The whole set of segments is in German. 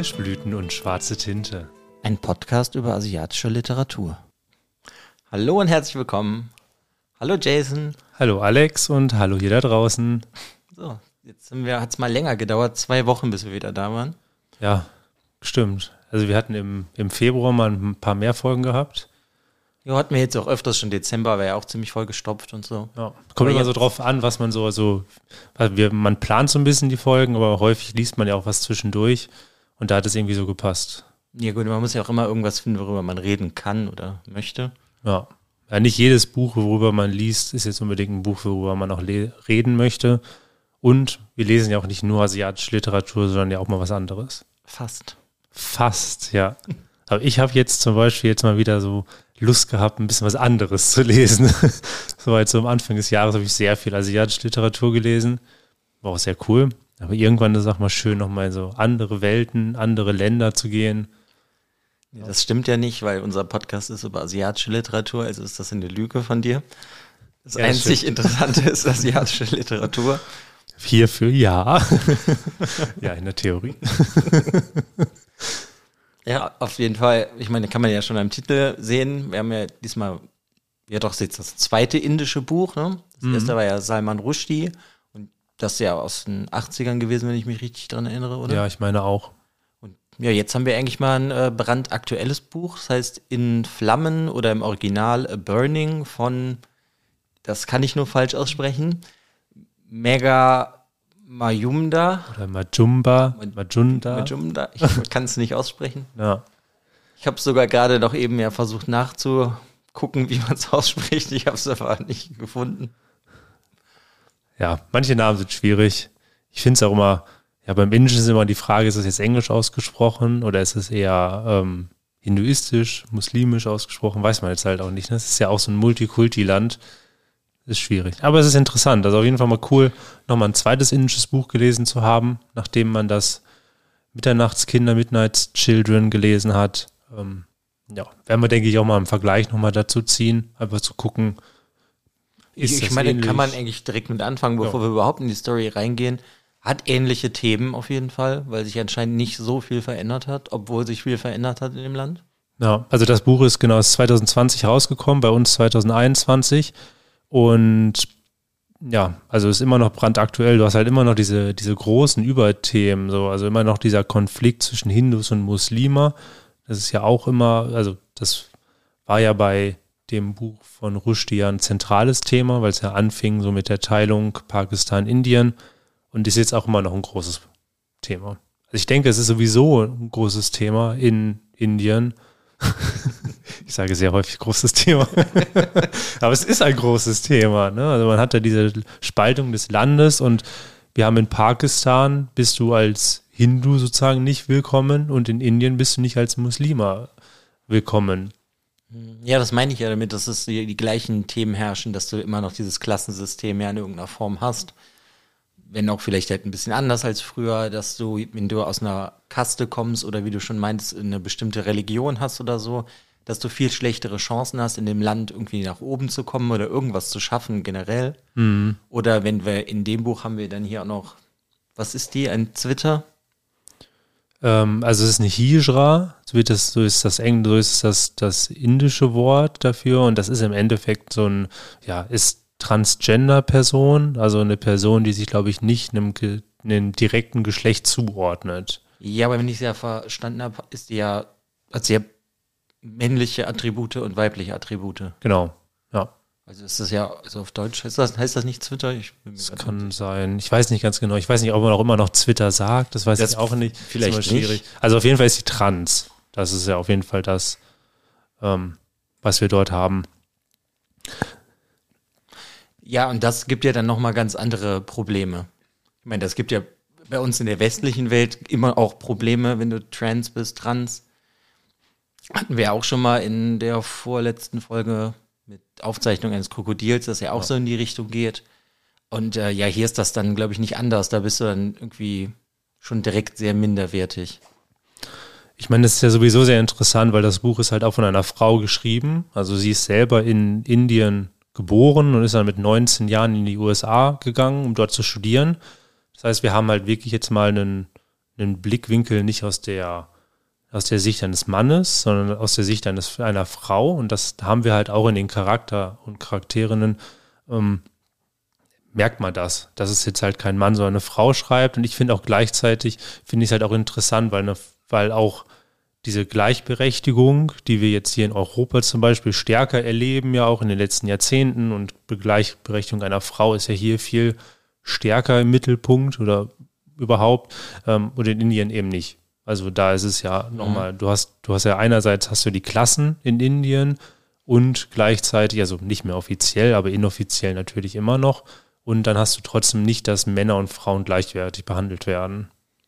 Kirschblüten und schwarze Tinte. Ein Podcast über asiatische Literatur. Hallo und herzlich willkommen. Hallo Jason. Hallo Alex und hallo hier da draußen. So, jetzt hat es mal länger gedauert, 2 Wochen, bis wir wieder da waren. Ja, stimmt. Also wir hatten im Februar mal ein paar mehr Folgen gehabt. Ja, hatten wir jetzt auch öfters, schon Dezember war ja auch ziemlich vollgestopft und so. Ja, kommt immer so drauf an, was man also man plant so ein bisschen die Folgen, aber häufig liest man ja auch was zwischendurch und da hat es irgendwie so gepasst. Ja gut, man muss ja auch immer irgendwas finden, worüber man reden kann oder möchte. Ja, nicht jedes Buch, worüber man liest, ist jetzt unbedingt ein Buch, worüber man auch reden möchte. Und wir lesen ja auch nicht nur asiatische Literatur, sondern ja auch mal was anderes. Fast, ja. Aber ich habe jetzt zum Beispiel mal wieder so Lust gehabt, ein bisschen was anderes zu lesen. So am Anfang des Jahres habe ich sehr viel asiatische Literatur gelesen. War auch sehr cool. Aber irgendwann ist es auch mal schön, nochmal in so andere Welten, andere Länder zu gehen. Ja, das stimmt ja nicht, weil unser Podcast ist über asiatische Literatur, also ist das eine Lüge von dir. Das einzig Interessante ist asiatische Literatur. Hierfür ja. Ja, in der Theorie. Ja, auf jeden Fall. Ich meine, kann man ja schon am Titel sehen. Wir haben ja diesmal, doch jetzt das zweite indische Buch, ne? Das erste war ja Salman Rushdie und das ist ja aus den 80ern gewesen, wenn ich mich richtig dran erinnere, oder? Ja, ich meine auch. Und ja, jetzt haben wir eigentlich mal ein brandaktuelles Buch, das heißt In Flammen oder im Original A Burning von, das kann ich nur falsch aussprechen, Megha Majumdar. Oder Majumdar. Ich kann es nicht aussprechen. Ja. Ich habe sogar gerade noch eben ja versucht nachzugucken, wie man es ausspricht. Ich habe es aber nicht gefunden. Ja, manche Namen sind schwierig. Ich finde es auch immer, ja, beim Indischen ist immer die Frage, ist es jetzt Englisch ausgesprochen oder ist es eher hinduistisch, muslimisch ausgesprochen? Weiß man jetzt halt auch nicht. Das ist ja auch so ein Multikulti-Land. Ist schwierig. Aber es ist interessant. Also auf jeden Fall mal cool, nochmal ein zweites indisches Buch gelesen zu haben, nachdem man das Mitternachtskinder, Midnight Children gelesen hat. Ja, werden wir, denke ich, auch mal im Vergleich nochmal dazu ziehen, einfach zu gucken, ich meine, ähnlich? Kann man eigentlich direkt mit anfangen, bevor wir überhaupt in die Story reingehen. Hat ähnliche Themen auf jeden Fall, weil sich anscheinend nicht so viel verändert hat, obwohl sich viel verändert hat in dem Land. Ja, also das Buch ist 2020 rausgekommen, bei uns 2021. Und ja, also ist immer noch brandaktuell. Du hast halt immer noch diese großen Überthemen, so, also immer noch dieser Konflikt zwischen Hindus und Muslima. Das ist ja auch immer, also das war ja bei dem Buch von Rushdie ja ein zentrales Thema, weil es ja anfing so mit der Teilung Pakistan-Indien und ist jetzt auch immer noch ein großes Thema. Also ich denke, es ist sowieso ein großes Thema in Indien. Ich sage sehr häufig großes Thema. Aber es ist ein großes Thema. Ne? Also man hat da diese Spaltung des Landes und wir haben in Pakistan bist du als Hindu sozusagen nicht willkommen und in Indien bist du nicht als Muslima willkommen. Ja, das meine ich ja damit, dass es die gleichen Themen herrschen, dass du immer noch dieses Klassensystem ja in irgendeiner Form hast. Wenn auch vielleicht halt ein bisschen anders als früher, dass du, wenn du aus einer Kaste kommst oder wie du schon meintest, eine bestimmte Religion hast oder so, dass du viel schlechtere Chancen hast, in dem Land irgendwie nach oben zu kommen oder irgendwas zu schaffen generell. Mhm. Oder wenn wir in dem Buch haben wir dann hier auch noch, was ist die, ein Zwitter? Also es ist eine Hijra, so ist das indische Wort dafür und das ist im Endeffekt so ein, ja, ist Transgender-Person, also eine Person, die sich, glaube ich, nicht einem direkten Geschlecht zuordnet. Ja, aber wenn ich es ja verstanden habe, hat sie ja männliche Attribute und weibliche Attribute. Genau, ja. Also ist das ja, also auf Deutsch, heißt das nicht Twitter? Das kann sein. Ich weiß nicht ganz genau. Ich weiß nicht, ob man auch immer noch Twitter sagt. Das weiß ich auch nicht. Vielleicht ist immer schwierig. Nicht. Also auf jeden Fall ist sie trans. Das ist ja auf jeden Fall das, was wir dort haben. Ja, und das gibt ja dann nochmal ganz andere Probleme. Ich meine, das gibt ja bei uns in der westlichen Welt immer auch Probleme, wenn du trans bist, trans. Hatten wir auch schon mal in der vorletzten Folge mit Aufzeichnung eines Krokodils, das ja auch so in die Richtung geht. Und ja, hier ist das dann, glaube ich, nicht anders. Da bist du dann irgendwie schon direkt sehr minderwertig. Ich meine, das ist ja sowieso sehr interessant, weil das Buch ist halt auch von einer Frau geschrieben. Also sie ist selber in Indien geboren und ist dann mit 19 Jahren in die USA gegangen, um dort zu studieren. Das heißt, wir haben halt wirklich jetzt mal einen einen Blickwinkel nicht aus der Sicht eines Mannes, sondern aus der Sicht einer Frau. Und das haben wir halt auch in den Charakter und Charakterinnen, merkt man das, dass es jetzt halt kein Mann, sondern eine Frau schreibt. Und ich finde auch gleichzeitig, finde ich es halt auch interessant, weil auch diese Gleichberechtigung, die wir jetzt hier in Europa zum Beispiel stärker erleben, ja auch in den letzten Jahrzehnten, und die Gleichberechtigung einer Frau ist ja hier viel stärker im Mittelpunkt oder überhaupt, und in Indien eben nicht. Also da ist es ja nochmal, du hast ja einerseits hast du die Klassen in Indien und gleichzeitig, also nicht mehr offiziell, aber inoffiziell natürlich immer noch, und dann hast du trotzdem nicht, dass Männer und Frauen gleichwertig behandelt werden.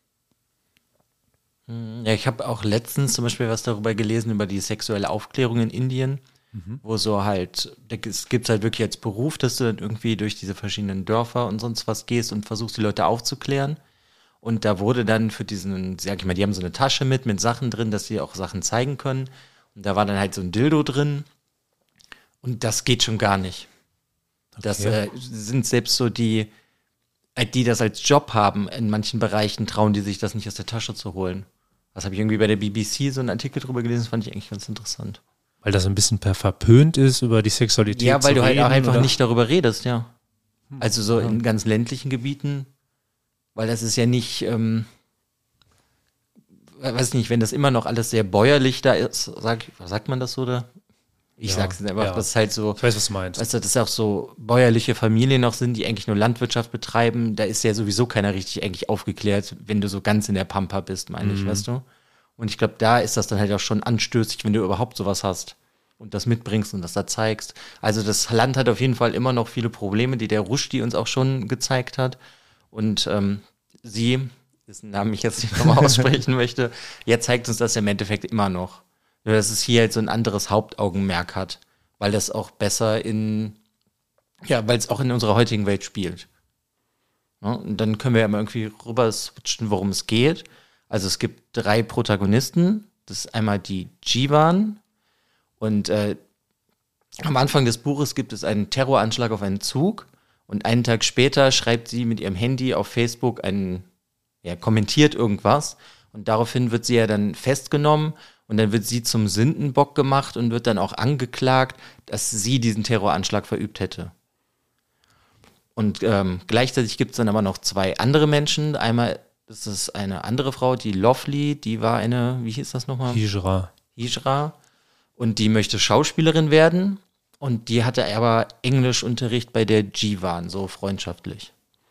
Ja, ich habe auch letztens zum Beispiel was darüber gelesen, über die sexuelle Aufklärung in Indien, wo so halt, es gibt halt wirklich als Beruf, dass du dann irgendwie durch diese verschiedenen Dörfer und sonst was gehst und versuchst, die Leute aufzuklären. Und da wurde dann für diesen, sag ich mal, die haben so eine Tasche mit Sachen drin, dass sie auch Sachen zeigen können. Und da war dann halt so ein Dildo drin. Und das geht schon gar nicht. Das sind selbst so die das als Job haben, in manchen Bereichen trauen die sich das nicht aus der Tasche zu holen. Das habe ich irgendwie bei der BBC so einen Artikel drüber gelesen, das fand ich eigentlich ganz interessant. Weil das ein bisschen verpönt ist, über die Sexualität zu reden? Ja, weil du halt auch einfach oder? nicht darüber redest, ja. Also so in ganz ländlichen Gebieten, weil das ist ja nicht, weiß nicht, wenn das immer noch alles sehr bäuerlich da ist, sagt man das so, oder? Ich sag's jetzt einfach, das ist halt so. Ich weiß, was du meinst. Weißt du, dass auch so bäuerliche Familien noch sind, die eigentlich nur Landwirtschaft betreiben. Da ist ja sowieso keiner richtig eigentlich aufgeklärt, wenn du so ganz in der Pampa bist, meine ich, weißt du? Und ich glaube, da ist das dann halt auch schon anstößig, wenn du überhaupt sowas hast und das mitbringst und das da zeigst. Also das Land hat auf jeden Fall immer noch viele Probleme, die der Rushdie uns auch schon gezeigt hat. Und sie, dessen Namen ich jetzt nicht nochmal aussprechen möchte, zeigt uns das im Endeffekt immer noch. Nur, dass es hier halt so ein anderes Hauptaugenmerk hat, weil das auch besser weil es auch in unserer heutigen Welt spielt. Ja, und dann können wir ja mal irgendwie rüber switchen, worum es geht. Also es gibt 3 Protagonisten. Das ist einmal die Jivan. Und am Anfang des Buches gibt es einen Terroranschlag auf einen Zug. Und einen Tag später schreibt sie mit ihrem Handy auf Facebook kommentiert irgendwas. Und daraufhin wird sie ja dann festgenommen. Und dann wird sie zum Sündenbock gemacht und wird dann auch angeklagt, dass sie diesen Terroranschlag verübt hätte. Und gleichzeitig gibt es dann aber noch 2 andere Menschen. Einmal, das ist eine andere Frau, die Lovely, die war wie hieß das nochmal? Hijra. Und die möchte Schauspielerin werden. Und die hatte aber Englischunterricht bei der Jivan, so freundschaftlich.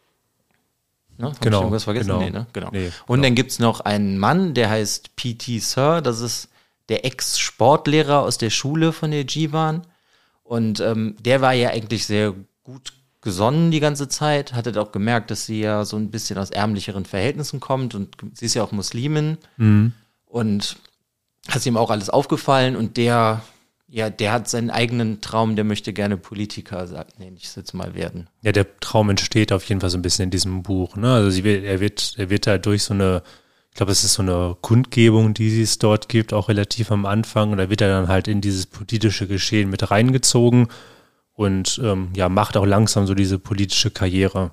Ne? Hab ich irgendwas vergessen? Genau. Nee, ne? Genau. Nee, und dann gibt's noch einen Mann, der heißt P.T. Sir, das ist der Ex-Sportlehrer aus der Schule von der Jivan. Und der war ja eigentlich sehr gut gesonnen die ganze Zeit, hatte auch gemerkt, dass sie ja so ein bisschen aus ärmlicheren Verhältnissen kommt und sie ist ja auch Muslimin. Und das ist ihm auch alles aufgefallen und der hat seinen eigenen Traum, der möchte gerne Politiker, nenne ich es jetzt mal, werden. Ja, der Traum entsteht auf jeden Fall so ein bisschen in diesem Buch. Ne? Also er wird da durch so eine, ich glaube, es ist so eine Kundgebung, die es dort gibt, auch relativ am Anfang. Und da wird er dann halt in dieses politische Geschehen mit reingezogen und macht auch langsam so diese politische Karriere.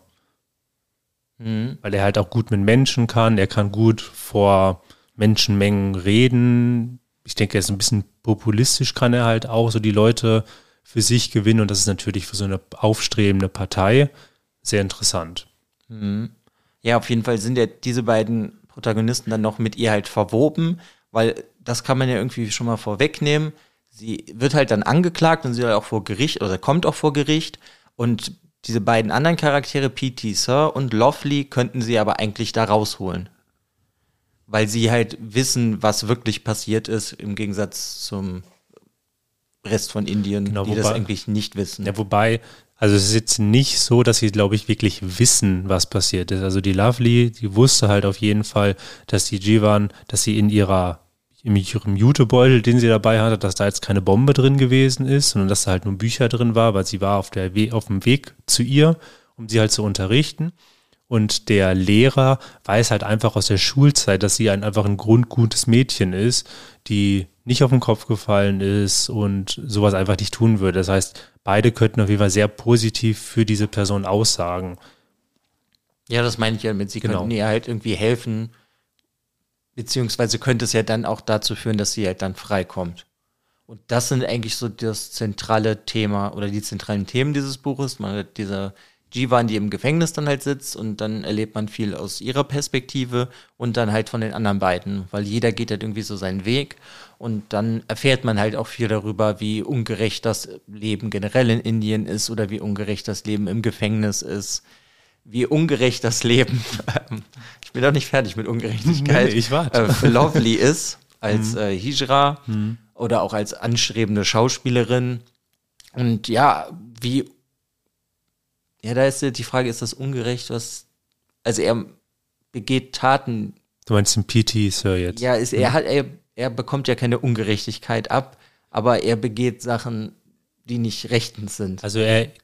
Weil er halt auch gut mit Menschen kann, er kann gut vor Menschenmengen reden. Ich denke, er ist ein bisschen populistisch, kann er halt auch so die Leute für sich gewinnen und das ist natürlich für so eine aufstrebende Partei sehr interessant. Ja, auf jeden Fall sind ja diese beiden Protagonisten dann noch mit ihr halt verwoben, weil das kann man ja irgendwie schon mal vorwegnehmen. Sie wird halt dann angeklagt und sie halt auch vor Gericht oder kommt auch vor Gericht und diese beiden anderen Charaktere, P.T. Sir und Lovely, könnten sie aber eigentlich da rausholen. Weil sie halt wissen, was wirklich passiert ist, im Gegensatz zum Rest von Indien, die das eigentlich nicht wissen. Ja, wobei, also es ist jetzt nicht so, dass sie, glaube ich, wirklich wissen, was passiert ist. Also die Lovely, die wusste halt auf jeden Fall, dass die Jivan, dass sie in ihrem Jutebeutel, den sie dabei hatte, dass da jetzt keine Bombe drin gewesen ist, sondern dass da halt nur Bücher drin war, weil sie war auf dem Weg zu ihr, um sie halt zu unterrichten. Und der Lehrer weiß halt einfach aus der Schulzeit, dass sie einfach ein grundgutes Mädchen ist, die nicht auf den Kopf gefallen ist und sowas einfach nicht tun würde. Das heißt, beide könnten auf jeden Fall sehr positiv für diese Person aussagen. Ja, das meine ich ja mit, sie könnten ihr halt irgendwie helfen, beziehungsweise könnte es ja dann auch dazu führen, dass sie halt dann freikommt. Und das sind eigentlich so das zentrale Thema oder die zentralen Themen dieses Buches. Man hat diese Jivan, die im Gefängnis dann halt sitzt und dann erlebt man viel aus ihrer Perspektive und dann halt von den anderen beiden, weil jeder geht halt irgendwie so seinen Weg und dann erfährt man halt auch viel darüber, wie ungerecht das Leben generell in Indien ist oder wie ungerecht das Leben im Gefängnis ist, wie ungerecht das Leben, ich bin doch nicht fertig mit Ungerechtigkeit, ich warte. Für Lovely ist, als Hijra oder auch als anstrebende Schauspielerin. Und ja, da ist ja die Frage, ist das ungerecht, also er begeht Taten. Du meinst den PT Sir jetzt? Ja, er bekommt ja keine Ungerechtigkeit ab, aber er begeht Sachen, die nicht rechtens sind. Also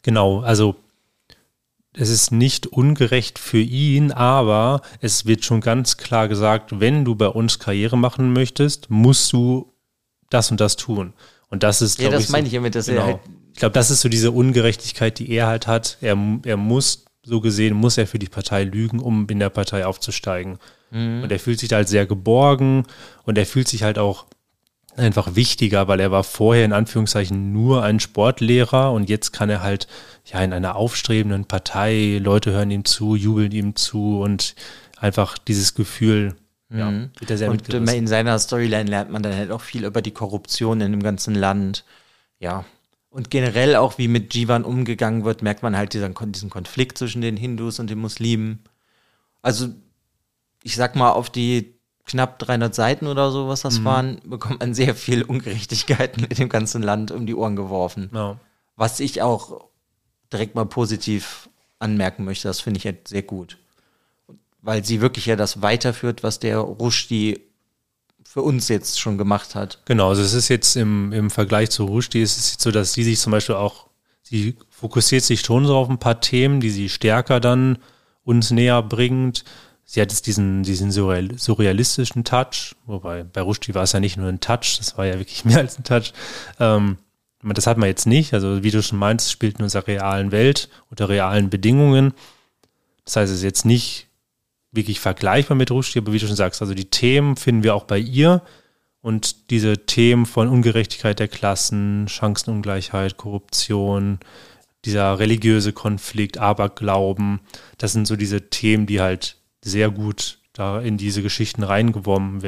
es ist nicht ungerecht für ihn, aber es wird schon ganz klar gesagt, wenn du bei uns Karriere machen möchtest, musst du das und das tun. Und das ist, ja, das meine ich damit, dass er halt. Ich glaube, das ist so diese Ungerechtigkeit, die er halt hat. Er muss, so gesehen, muss er für die Partei lügen, um in der Partei aufzusteigen. Und er fühlt sich da halt sehr geborgen und er fühlt sich halt auch einfach wichtiger, weil er war vorher in Anführungszeichen nur ein Sportlehrer und jetzt kann er halt ja in einer aufstrebenden Partei, Leute hören ihm zu, jubeln ihm zu und einfach dieses Gefühl, wird er sehr und mitgerissen. in seiner Storyline lernt man dann halt auch viel über die Korruption in dem ganzen Land. Ja. Und generell auch, wie mit Jivan umgegangen wird, merkt man halt diesen Konflikt zwischen den Hindus und den Muslimen. Also, ich sag mal, auf die knapp 300 Seiten oder so, was das waren, bekommt man sehr viel Ungerechtigkeiten in dem ganzen Land um die Ohren geworfen. Ja. Was ich auch direkt mal positiv anmerken möchte, das finde ich halt sehr gut. Weil sie wirklich ja das weiterführt, was der Rushdie für uns jetzt schon gemacht hat. Genau, also es ist jetzt im Vergleich zu Rushdie, ist es jetzt so, dass sie sich zum Beispiel auch, sie fokussiert sich schon so auf ein paar Themen, die sie stärker dann uns näher bringt. Sie hat jetzt diesen surrealistischen Touch, wobei bei Rushdie war es ja nicht nur ein Touch, das war ja wirklich mehr als ein Touch. Das hat man jetzt nicht, also wie du schon meinst, es spielt in unserer realen Welt, unter realen Bedingungen. Das heißt, es ist jetzt nicht wirklich vergleichbar mit Rushdie, aber wie du schon sagst, also die Themen finden wir auch bei ihr und diese Themen von Ungerechtigkeit der Klassen, Chancenungleichheit, Korruption, dieser religiöse Konflikt, Aberglauben, das sind so diese Themen, die halt sehr gut da in diese Geschichten reingeworben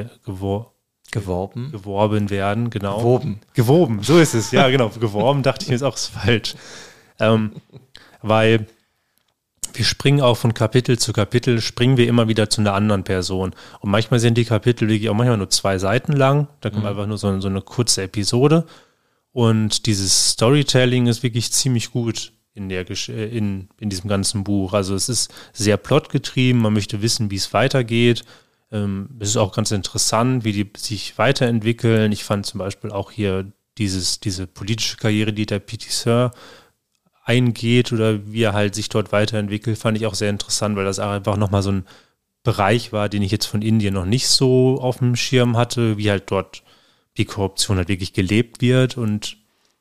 werden, genau. Gewoben, so ist es, ja genau, geworben, dachte ich mir, ist auch falsch. Weil wir springen auch von Kapitel zu Kapitel, springen wir immer wieder zu einer anderen Person. Und manchmal sind die Kapitel wirklich auch manchmal nur 2 Seiten lang, da kommt einfach nur so eine kurze Episode. Und dieses Storytelling ist wirklich ziemlich gut in diesem ganzen Buch. Also es ist sehr plotgetrieben, man möchte wissen, wie es weitergeht. Es ist auch ganz interessant, wie die sich weiterentwickeln. Ich fand zum Beispiel auch hier diese politische Karriere, die der P.T. Sir eingeht oder wie er halt sich dort weiterentwickelt, fand ich auch sehr interessant, weil das auch einfach nochmal so ein Bereich war, den ich jetzt von Indien noch nicht so auf dem Schirm hatte, wie halt dort die Korruption halt wirklich gelebt wird und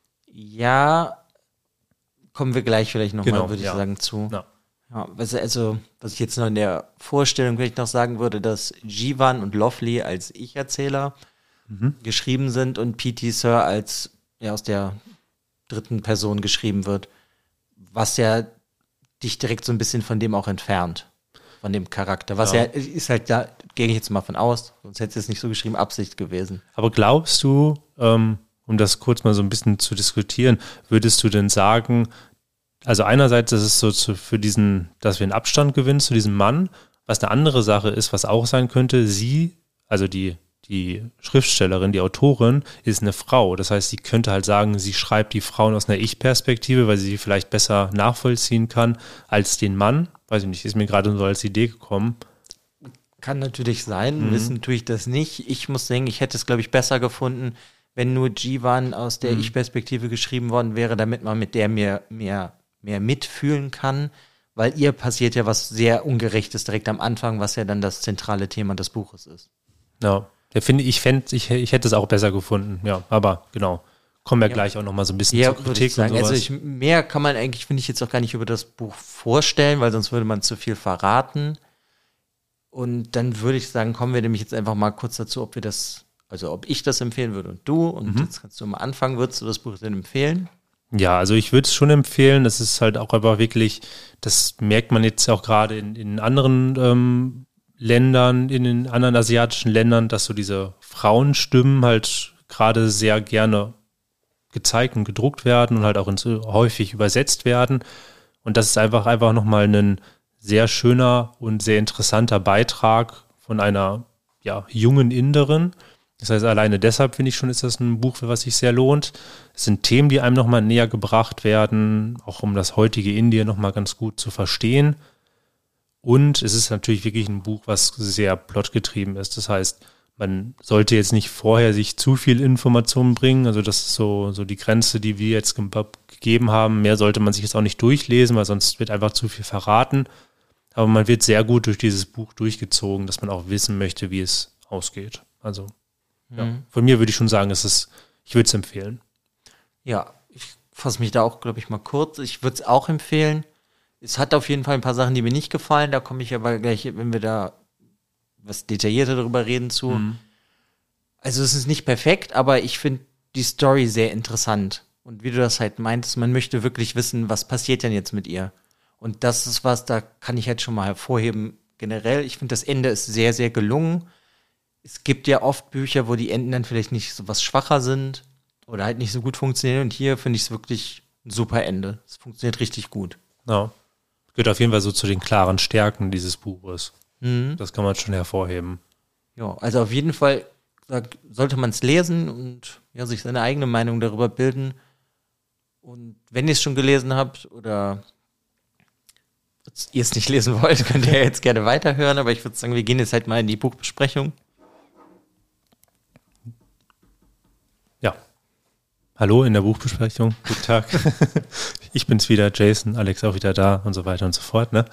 ja, kommen wir gleich vielleicht nochmal, genau, würde ich sagen, zu. Ja. Ja, was ich jetzt noch in der Vorstellung vielleicht noch sagen würde, dass Jivan und Lovely als Ich-Erzähler geschrieben sind und P.T. Sir als aus der dritten Person geschrieben wird, was ja dich direkt so ein bisschen von dem auch entfernt, von dem Charakter. Was ja ist halt, da gehe ich jetzt mal von aus, sonst hätte es nicht so geschrieben, Absicht gewesen. Aber glaubst du, um das kurz mal so ein bisschen zu diskutieren, würdest du denn sagen, also einerseits ist es so für diesen, dass wir einen Abstand gewinnen zu diesem Mann, was eine andere Sache ist, was auch sein könnte, sie, also die Schriftstellerin, die Autorin, ist eine Frau. Das heißt, sie könnte halt sagen, sie schreibt die Frauen aus einer Ich-Perspektive, weil sie vielleicht besser nachvollziehen kann als den Mann. Weiß ich nicht, ist mir gerade so als Idee gekommen. Kann natürlich sein, wissen tue ich das nicht. Ich muss sagen, ich hätte es, glaube ich, besser gefunden, wenn nur Jivan aus der Ich-Perspektive geschrieben worden wäre, damit man mit der mehr mitfühlen kann, weil ihr passiert ja was sehr Ungerechtes direkt am Anfang, was ja dann das zentrale Thema des Buches ist. Ja, ich hätte es auch besser gefunden, ja, aber genau. Kommen wir gleich auch nochmal so ein bisschen zur Kritik und sowas. Also mehr kann man eigentlich, finde ich, jetzt auch gar nicht über das Buch vorstellen, weil sonst würde man zu viel verraten. Und dann würde ich sagen, kommen wir nämlich jetzt einfach mal kurz dazu, ob ich das empfehlen würde und du. Und jetzt kannst du mal anfangen. Würdest du das Buch denn empfehlen? Ja, also ich würde es schon empfehlen. Das ist halt auch einfach wirklich, das merkt man jetzt auch gerade in anderen Ländern, in den anderen asiatischen Ländern, dass so diese Frauenstimmen halt gerade sehr gerne gezeigt und gedruckt werden und halt auch häufig übersetzt werden. Und das ist einfach nochmal ein sehr schöner und sehr interessanter Beitrag von einer jungen Inderin. Das heißt, alleine deshalb finde ich schon, ist das ein Buch, für was sich sehr lohnt. Es sind Themen, die einem nochmal näher gebracht werden, auch um das heutige Indien nochmal ganz gut zu verstehen. Und es ist natürlich wirklich ein Buch, was sehr plotgetrieben ist. Das heißt, man sollte jetzt nicht vorher sich zu viel Informationen bringen. Also das ist so die Grenze, die wir jetzt gegeben haben. Mehr sollte man sich jetzt auch nicht durchlesen, weil sonst wird einfach zu viel verraten. Aber man wird sehr gut durch dieses Buch durchgezogen, dass man auch wissen möchte, wie es ausgeht. Also von mir würde ich schon sagen, ich würde es empfehlen. Ja, ich fasse mich da auch, glaube ich, mal kurz. Ich würde es auch empfehlen. Es hat auf jeden Fall ein paar Sachen, die mir nicht gefallen. Da komme ich aber gleich, wenn wir da was detaillierter darüber reden, zu. Also es ist nicht perfekt, aber ich finde die Story sehr interessant. Und wie du das halt meintest, man möchte wirklich wissen, was passiert denn jetzt mit ihr? Und das ist was, da kann ich halt schon mal hervorheben. Generell, ich finde, das Ende ist sehr, sehr gelungen. Es gibt ja oft Bücher, wo die Enden dann vielleicht nicht so was schwacher sind oder halt nicht so gut funktionieren. Und hier finde ich es wirklich ein super Ende. Es funktioniert richtig gut. Ja. Gehört auf jeden Fall so zu den klaren Stärken dieses Buches. Das kann man schon hervorheben. Ja, also auf jeden Fall sollte man es lesen und sich seine eigene Meinung darüber bilden. Und wenn ihr es schon gelesen habt oder ihr es nicht lesen wollt, könnt ihr jetzt gerne weiterhören. Aber ich würde sagen, wir gehen jetzt halt mal in die Buchbesprechung. Ja. Hallo in der Buchbesprechung. Guten Tag. Ich bin's wieder, Jason, Alex auch wieder da und so weiter und so fort, ne?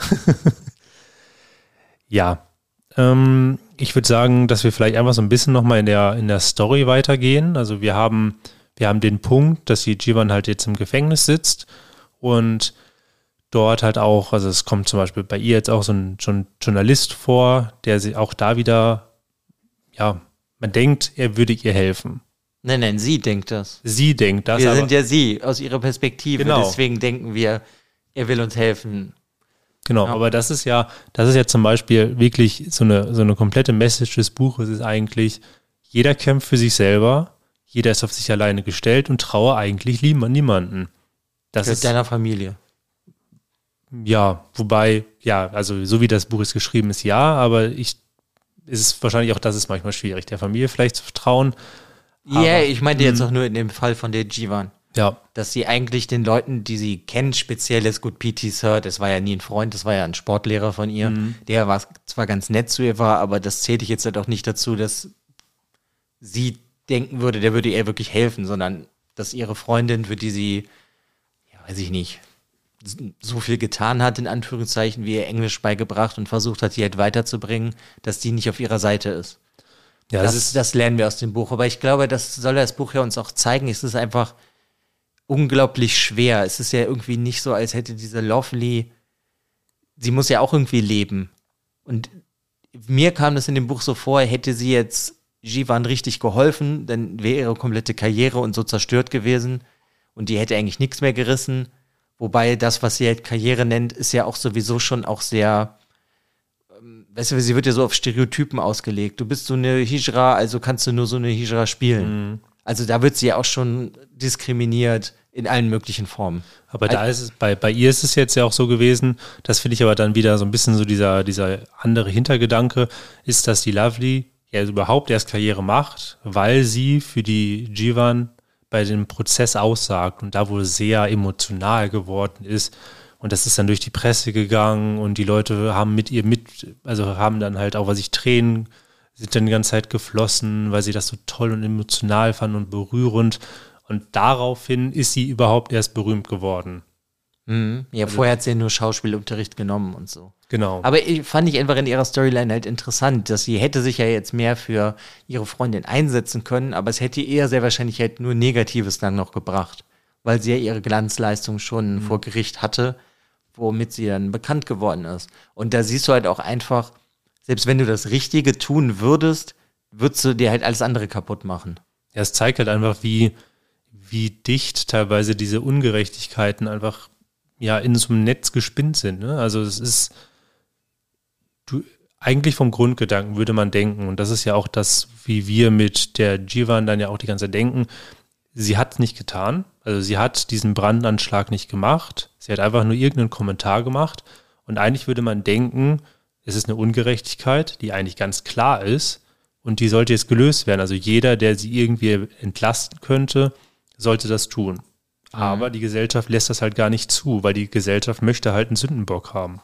Ja. Ich würde sagen, dass wir vielleicht einfach so ein bisschen nochmal in der Story weitergehen. Also wir haben den Punkt, dass die Jivan halt jetzt im Gefängnis sitzt und dort halt auch, also es kommt zum Beispiel bei ihr jetzt auch so ein Journalist vor, der sie auch da wieder, man denkt, er würde ihr helfen. Nein, sie denkt das. Sie denkt das. Wir sind ja sie, aus ihrer Perspektive. Genau. Deswegen denken wir, er will uns helfen. Genau, aber das ist ja zum Beispiel wirklich so eine komplette Message des Buches ist eigentlich, jeder kämpft für sich selber, jeder ist auf sich alleine gestellt und traue eigentlich niemanden. Das ist deiner Familie. Ja, wobei, also so wie das Buch ist geschrieben ist, aber es ist wahrscheinlich auch, das ist manchmal schwierig, der Familie vielleicht zu vertrauen. Ja, ich meinte jetzt auch nur in dem Fall von der Jivan. Ja. Dass sie eigentlich den Leuten, die sie kennt, speziell ist gut P.T. Sir, das war ja nie ein Freund, das war ja ein Sportlehrer von ihr, der war zwar ganz nett zu ihr war, aber das zählte ich jetzt halt auch nicht dazu, dass sie denken würde, der würde ihr wirklich helfen, sondern dass ihre Freundin, für die sie, weiß ich nicht, so viel getan hat, in Anführungszeichen, wie ihr Englisch beigebracht und versucht hat, sie halt weiterzubringen, dass die nicht auf ihrer Seite ist. Ja, das lernen wir aus dem Buch. Aber ich glaube, das soll das Buch ja uns auch zeigen. Es ist einfach unglaublich schwer. Es ist ja irgendwie nicht so, als hätte diese Lovely, sie muss ja auch irgendwie leben. Und mir kam das in dem Buch so vor, hätte sie jetzt Jivan richtig geholfen, dann wäre ihre komplette Karriere und so zerstört gewesen. Und die hätte eigentlich nichts mehr gerissen. Wobei das, was sie halt Karriere nennt, ist ja auch sowieso schon auch sehr, weißt du, sie wird ja so auf Stereotypen ausgelegt. Du bist so eine Hijra, also kannst du nur so eine Hijra spielen. Also da wird sie ja auch schon diskriminiert in allen möglichen Formen. Aber da ist es, bei ihr ist es jetzt ja auch so gewesen, das finde ich aber dann wieder so ein bisschen so dieser andere Hintergedanke, ist, dass die Lovely ja überhaupt erst Karriere macht, weil sie für die Jivan bei dem Prozess aussagt und da wohl sehr emotional geworden ist. Und das ist dann durch die Presse gegangen und die Leute haben mit ihr haben dann halt auch, Tränen sind dann die ganze Zeit geflossen, weil sie das so toll und emotional fanden und berührend. Und daraufhin ist sie überhaupt erst berühmt geworden. Ja, vorher hat sie ja nur Schauspielunterricht genommen und so. Genau. Aber fand ich einfach in ihrer Storyline halt interessant, dass sie hätte sich ja jetzt mehr für ihre Freundin einsetzen können, aber es hätte eher sehr wahrscheinlich halt nur Negatives dann noch gebracht, weil sie ja ihre Glanzleistung schon vor Gericht hatte, womit sie dann bekannt geworden ist. Und da siehst du halt auch einfach, selbst wenn du das Richtige tun würdest, würdest du dir halt alles andere kaputt machen. Ja, es zeigt halt einfach, wie dicht teilweise diese Ungerechtigkeiten einfach ja in so einem Netz gespinnt sind. Ne? Also es ist, eigentlich vom Grundgedanken würde man denken, und das ist ja auch das, wie wir mit der Jivan dann ja auch die ganze Zeit denken, sie hat es nicht getan, also sie hat diesen Brandanschlag nicht gemacht, sie hat einfach nur irgendeinen Kommentar gemacht und eigentlich würde man denken, es ist eine Ungerechtigkeit, die eigentlich ganz klar ist und die sollte jetzt gelöst werden. Also jeder, der sie irgendwie entlasten könnte, sollte das tun. Aber die Gesellschaft lässt das halt gar nicht zu, weil die Gesellschaft möchte halt einen Sündenbock haben.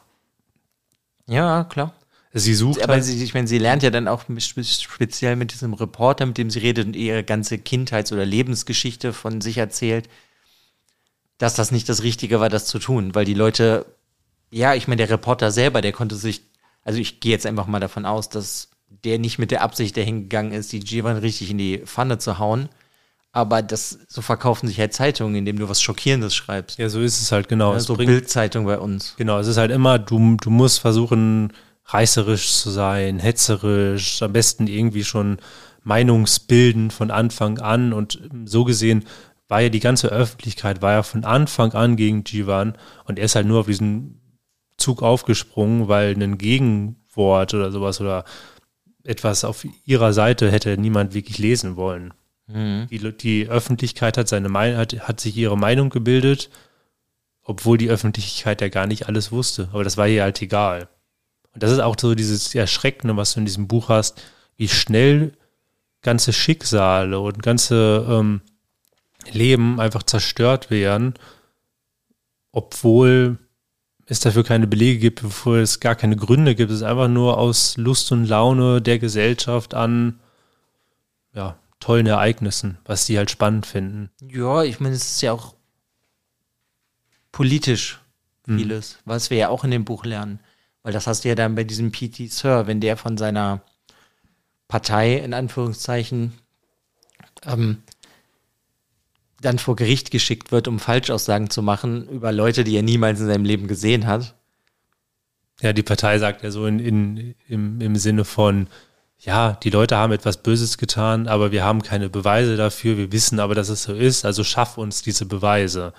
Ja, klar. Sie sucht aber halt, ich meine, sie lernt ja dann auch speziell mit diesem Reporter, mit dem sie redet und ihre ganze Kindheits- oder Lebensgeschichte von sich erzählt, dass das nicht das Richtige war, das zu tun. Weil die Leute, ja, ich meine, der Reporter selber, der konnte sich, also ich gehe jetzt einfach mal davon aus, dass der nicht mit der Absicht dahin gegangen ist, die Jivan richtig in die Pfanne zu hauen. Aber so verkaufen sich halt Zeitungen, indem du was Schockierendes schreibst. ja, so ist es halt, genau. Ja, so Bildzeitung bei uns. Genau, es ist halt immer, du musst versuchen, reißerisch zu sein, hetzerisch, am besten irgendwie schon meinungsbildend von Anfang an und so gesehen war ja die ganze Öffentlichkeit, war ja von Anfang an gegen Jivan und er ist halt nur auf diesen Zug aufgesprungen, weil ein Gegenwort oder sowas oder etwas auf ihrer Seite hätte niemand wirklich lesen wollen. Die Öffentlichkeit hat hat sich ihre Meinung gebildet, obwohl die Öffentlichkeit ja gar nicht alles wusste. Aber das war ihr halt egal. Und das ist auch so dieses Erschreckende, was du in diesem Buch hast, wie schnell ganze Schicksale und ganze Leben einfach zerstört werden, obwohl es dafür keine Belege gibt, obwohl es gar keine Gründe gibt. Es ist einfach nur aus Lust und Laune der Gesellschaft an, ja, tollen Ereignissen, was die halt spannend finden. Ja, ich meine, es ist ja auch politisch vieles, was wir ja auch in dem Buch lernen. Weil das hast du ja dann bei diesem P.T. Sir, wenn der von seiner Partei, in Anführungszeichen, dann vor Gericht geschickt wird, um Falschaussagen zu machen über Leute, die er niemals in seinem Leben gesehen hat. Ja, die Partei sagt ja so im Sinne von, ja, die Leute haben etwas Böses getan, aber wir haben keine Beweise dafür, wir wissen aber, dass es so ist, also schaff uns diese Beweise.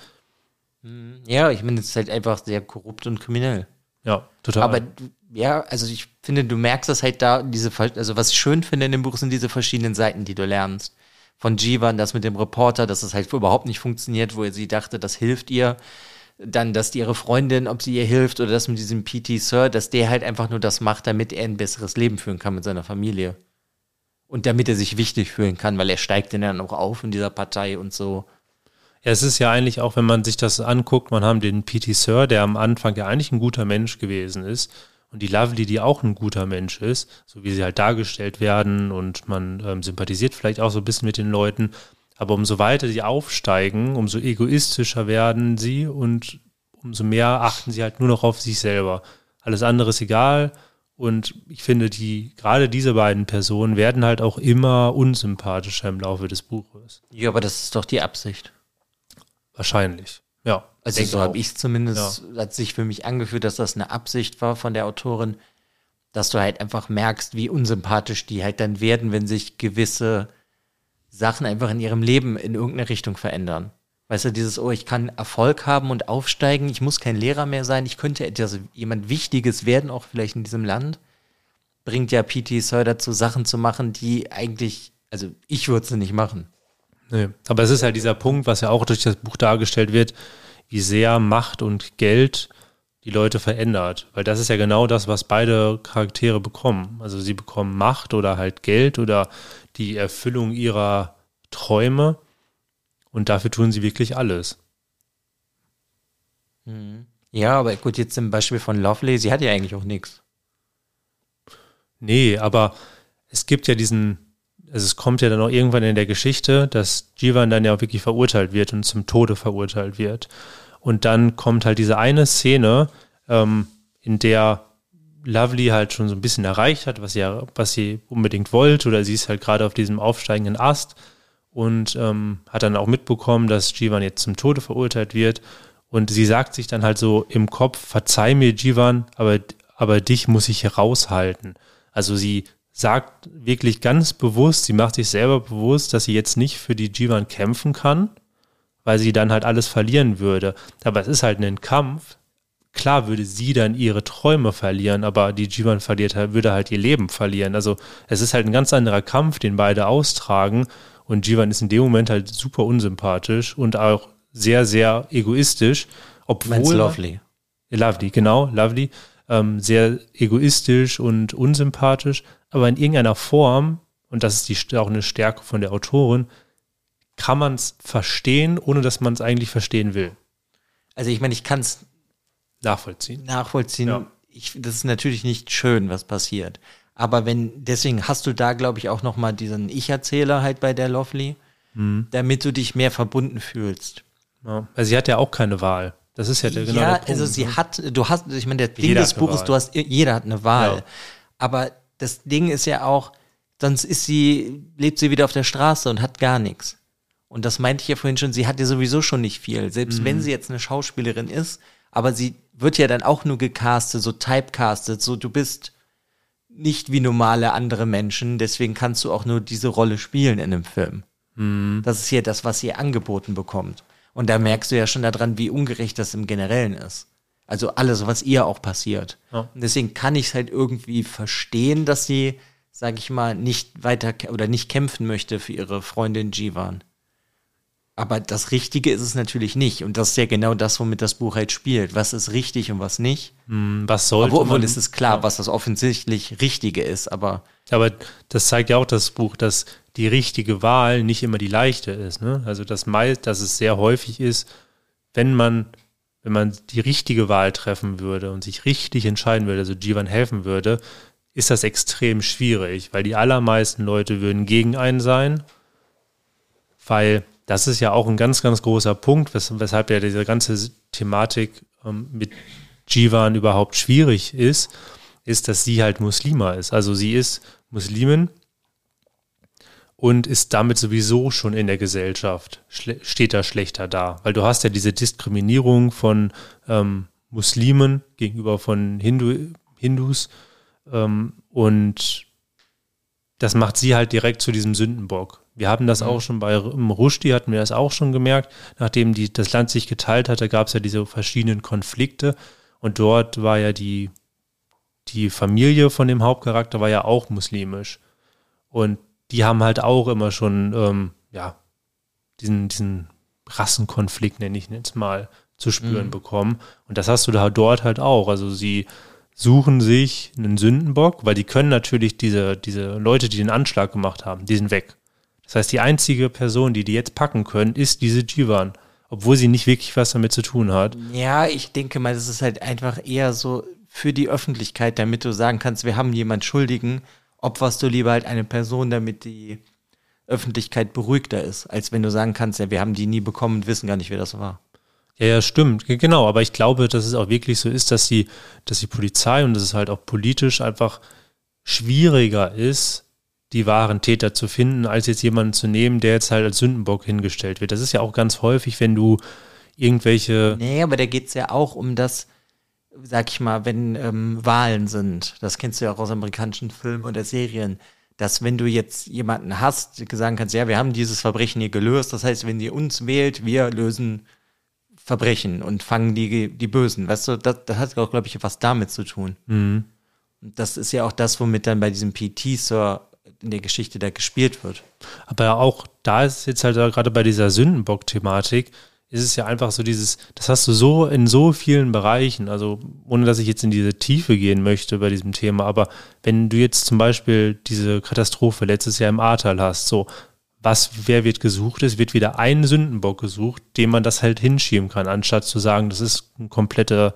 Ja, ich meine, es ist halt einfach sehr korrupt und kriminell. Ja, total. Aber ja, also ich finde, du merkst das halt da, also was ich schön finde in dem Buch sind diese verschiedenen Seiten, die du lernst. Von Jivan, das mit dem Reporter, dass es halt überhaupt nicht funktioniert, wo sie dachte, das hilft ihr. Dann, dass ihre Freundin, ob sie ihr hilft, oder das mit diesem P.T. Sir, dass der halt einfach nur das macht, damit er ein besseres Leben führen kann mit seiner Familie. Und damit er sich wichtig fühlen kann, weil er steigt dann auch auf in dieser Partei und so. Ja, es ist ja eigentlich auch, wenn man sich das anguckt, man haben den P.T. Sir, der am Anfang ja eigentlich ein guter Mensch gewesen ist und die Lovely, die auch ein guter Mensch ist, so wie sie halt dargestellt werden und man sympathisiert vielleicht auch so ein bisschen mit den Leuten, aber umso weiter sie aufsteigen, umso egoistischer werden sie und umso mehr achten sie halt nur noch auf sich selber. Alles andere ist egal und ich finde, gerade diese beiden Personen werden halt auch immer unsympathischer im Laufe des Buches. Ja, aber das ist doch die Absicht. Wahrscheinlich, ja. Also so habe ich es zumindest, hat sich für mich angefühlt, dass das eine Absicht war von der Autorin, dass du halt einfach merkst, wie unsympathisch die halt dann werden, wenn sich gewisse Sachen einfach in ihrem Leben in irgendeine Richtung verändern. Weißt du, ich kann Erfolg haben und aufsteigen, ich muss kein Lehrer mehr sein, ich könnte jemand Wichtiges werden, auch vielleicht in diesem Land, bringt ja P.T. Sir dazu, Sachen zu machen, die eigentlich, also ich würde sie nicht machen. Nee, aber es ist halt dieser Punkt, was ja auch durch das Buch dargestellt wird, wie sehr Macht und Geld die Leute verändert. Weil das ist ja genau das, was beide Charaktere bekommen. Also sie bekommen Macht oder halt Geld oder die Erfüllung ihrer Träume und dafür tun sie wirklich alles. Ja, aber gut, jetzt im Beispiel von Lovely, sie hat ja eigentlich auch nichts. Nee, aber es gibt ja es kommt ja dann auch irgendwann in der Geschichte, dass Jivan dann ja auch wirklich verurteilt wird und zum Tode verurteilt wird. Und dann kommt halt diese eine Szene, in der Lovely halt schon so ein bisschen erreicht hat, was sie unbedingt wollte, oder sie ist halt gerade auf diesem aufsteigenden Ast und hat dann auch mitbekommen, dass Jivan jetzt zum Tode verurteilt wird. Und sie sagt sich dann halt so im Kopf, verzeih mir, Jivan, aber dich muss ich hier raushalten. Also sie sagt wirklich ganz bewusst, sie macht sich selber bewusst, dass sie jetzt nicht für die Jivan kämpfen kann, weil sie dann halt alles verlieren würde. Aber es ist halt ein Kampf. Klar würde sie dann ihre Träume verlieren, aber die Jivan würde halt ihr Leben verlieren. Also es ist halt ein ganz anderer Kampf, den beide austragen. Und Jivan ist in dem Moment halt super unsympathisch und auch sehr, sehr egoistisch. Obwohl Lovely. Lovely, genau, Lovely. Sehr egoistisch und unsympathisch. Aber in irgendeiner Form, und das ist auch eine Stärke von der Autorin, kann man es verstehen, ohne dass man es eigentlich verstehen will. Also ich meine, ich kann es nachvollziehen. Ja. Das ist natürlich nicht schön, was passiert. Aber deswegen hast du da, glaube ich, auch nochmal diesen Ich-Erzähler halt bei der Lovely, damit du dich mehr verbunden fühlst. Ja. Also sie hat ja auch keine Wahl. Das ist ja genau der Punkt. Ja, also ich meine, der Ding des Buches, jeder hat eine Wahl. Ja. Aber das Ding ist ja auch, sonst lebt sie wieder auf der Straße und hat gar nichts. Und das meinte ich ja vorhin schon, sie hat ja sowieso schon nicht viel. Selbst wenn sie jetzt eine Schauspielerin ist, aber sie wird ja dann auch nur gecastet, so typecastet, so du bist nicht wie normale andere Menschen, deswegen kannst du auch nur diese Rolle spielen in einem Film. Das ist ja das, was sie angeboten bekommt. Und da merkst du ja schon daran, wie ungerecht das im Generellen ist. Also alles, was ihr auch passiert. Ja. Und deswegen kann ich es halt irgendwie verstehen, dass sie, sag ich mal, nicht weiter oder nicht kämpfen möchte für ihre Freundin Jivan. Aber das Richtige ist es natürlich nicht. Und das ist ja genau das, womit das Buch halt spielt. Was ist richtig und was nicht? Was sollte Obwohl es ist klar, was das offensichtlich Richtige ist, aber das zeigt ja auch das Buch, dass die richtige Wahl nicht immer die leichte ist. Ne? Also dass es sehr häufig ist, wenn man die richtige Wahl treffen würde und sich richtig entscheiden würde, also Jivan helfen würde, ist das extrem schwierig, weil die allermeisten Leute würden gegen einen sein, weil das ist ja auch ein ganz, ganz großer Punkt, weshalb ja diese ganze Thematik mit Jivan überhaupt schwierig ist, dass sie halt Muslima ist. Also sie ist Muslimin und ist damit sowieso schon in der Gesellschaft, steht da schlechter da. Weil du hast ja diese Diskriminierung von Muslimen gegenüber von Hindus und das macht sie halt direkt zu diesem Sündenbock. Wir haben das auch schon im Rushdie, hatten wir das auch schon gemerkt, nachdem das Land sich geteilt hatte, gab es ja diese verschiedenen Konflikte und dort war ja die Familie von dem Hauptcharakter war ja auch muslimisch und die haben halt auch immer schon diesen Rassenkonflikt, nenne ich jetzt mal, zu spüren bekommen und das hast du da dort halt auch, also sie suchen sich einen Sündenbock, weil die können natürlich diese Leute, die den Anschlag gemacht haben, die sind weg. Das heißt, die einzige Person, die jetzt packen können, ist diese Jivan, obwohl sie nicht wirklich was damit zu tun hat. Ja, ich denke mal, das ist halt einfach eher so für die Öffentlichkeit, damit du sagen kannst, wir haben jemanden Schuldigen, opferst du lieber halt eine Person, damit die Öffentlichkeit beruhigter ist, als wenn du sagen kannst, ja, wir haben die nie bekommen und wissen gar nicht, wer das war. Ja, stimmt, genau, aber ich glaube, dass es auch wirklich so ist, dass die Polizei und dass es halt auch politisch einfach schwieriger ist, die wahren Täter zu finden, als jetzt jemanden zu nehmen, der jetzt halt als Sündenbock hingestellt wird. Das ist ja auch ganz häufig, wenn du irgendwelche... Nee, aber da geht es ja auch um das, sag ich mal, wenn Wahlen sind, das kennst du ja auch aus amerikanischen Filmen oder Serien, dass wenn du jetzt jemanden hast, sagen kannst, ja, wir haben dieses Verbrechen hier gelöst, das heißt, wenn ihr uns wählt, wir lösen Verbrechen und fangen die Bösen, weißt du, das hat auch, glaube ich, was damit zu tun. Und das ist ja auch das, womit dann bei diesem PT Sir in der Geschichte da gespielt wird. Aber auch da ist es jetzt halt gerade bei dieser Sündenbock-Thematik, ist es ja einfach so das hast du so in so vielen Bereichen, also ohne dass ich jetzt in diese Tiefe gehen möchte bei diesem Thema, aber wenn du jetzt zum Beispiel diese Katastrophe letztes Jahr im Ahrtal hast, so, wer wird gesucht? Es wird wieder ein Sündenbock gesucht, dem man das halt hinschieben kann, anstatt zu sagen, das ist ein kompletter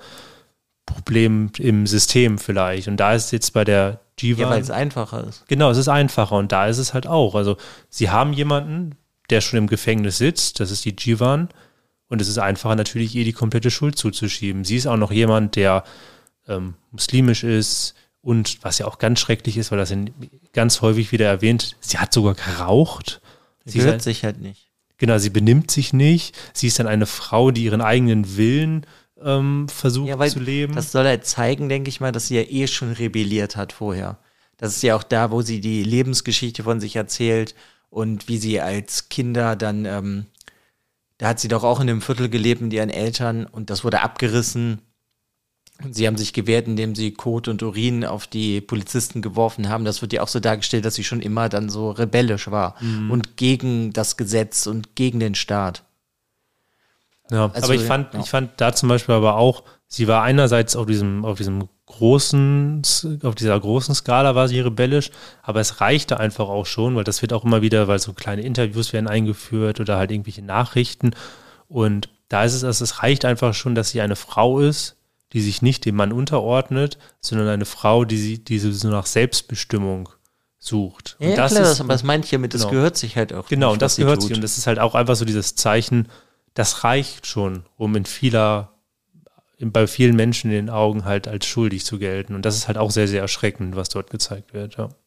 Problem im System vielleicht. Und da ist jetzt bei der Jivan... Ja, weil es einfacher ist. Genau, es ist einfacher und da ist es halt auch. Also sie haben jemanden, der schon im Gefängnis sitzt, das ist die Jivan und es ist einfacher natürlich, ihr die komplette Schuld zuzuschieben. Sie ist auch noch jemand, der muslimisch ist und was ja auch ganz schrecklich ist, weil das ganz häufig wieder erwähnt, sie hat sogar geraucht. Sie hört sich halt nicht. Genau, sie benimmt sich nicht. Sie ist dann eine Frau, die ihren eigenen Willen versucht zu leben. Das soll halt zeigen, denke ich mal, dass sie ja schon rebelliert hat vorher. Das ist ja auch da, wo sie die Lebensgeschichte von sich erzählt und wie sie als Kinder dann, da hat sie doch auch in einem Viertel gelebt mit ihren Eltern und das wurde abgerissen. Und sie haben sich gewehrt, indem sie Kot und Urin auf die Polizisten geworfen haben. Das wird ja auch so dargestellt, dass sie schon immer dann so rebellisch war und gegen das Gesetz und gegen den Staat. Ja, Also, aber ich fand da zum Beispiel aber auch, sie war einerseits auf dieser großen Skala war sie rebellisch, aber es reichte einfach auch schon, weil das wird auch immer wieder, weil so kleine Interviews werden eingeführt oder halt irgendwelche Nachrichten und da ist es reicht einfach schon, dass sie eine Frau ist, die sich nicht dem Mann unterordnet, sondern eine Frau, die so nach Selbstbestimmung sucht. Ja, und das klar, ist, aber das meine ich ja mit, das genau. gehört sich halt auch. Genau, nicht, und das was sie gehört tut. sich. Und das ist halt auch einfach so dieses Zeichen, das reicht schon, um bei vielen Menschen in den Augen halt als schuldig zu gelten. Und das ist halt auch sehr, sehr erschreckend, was dort gezeigt wird, ja.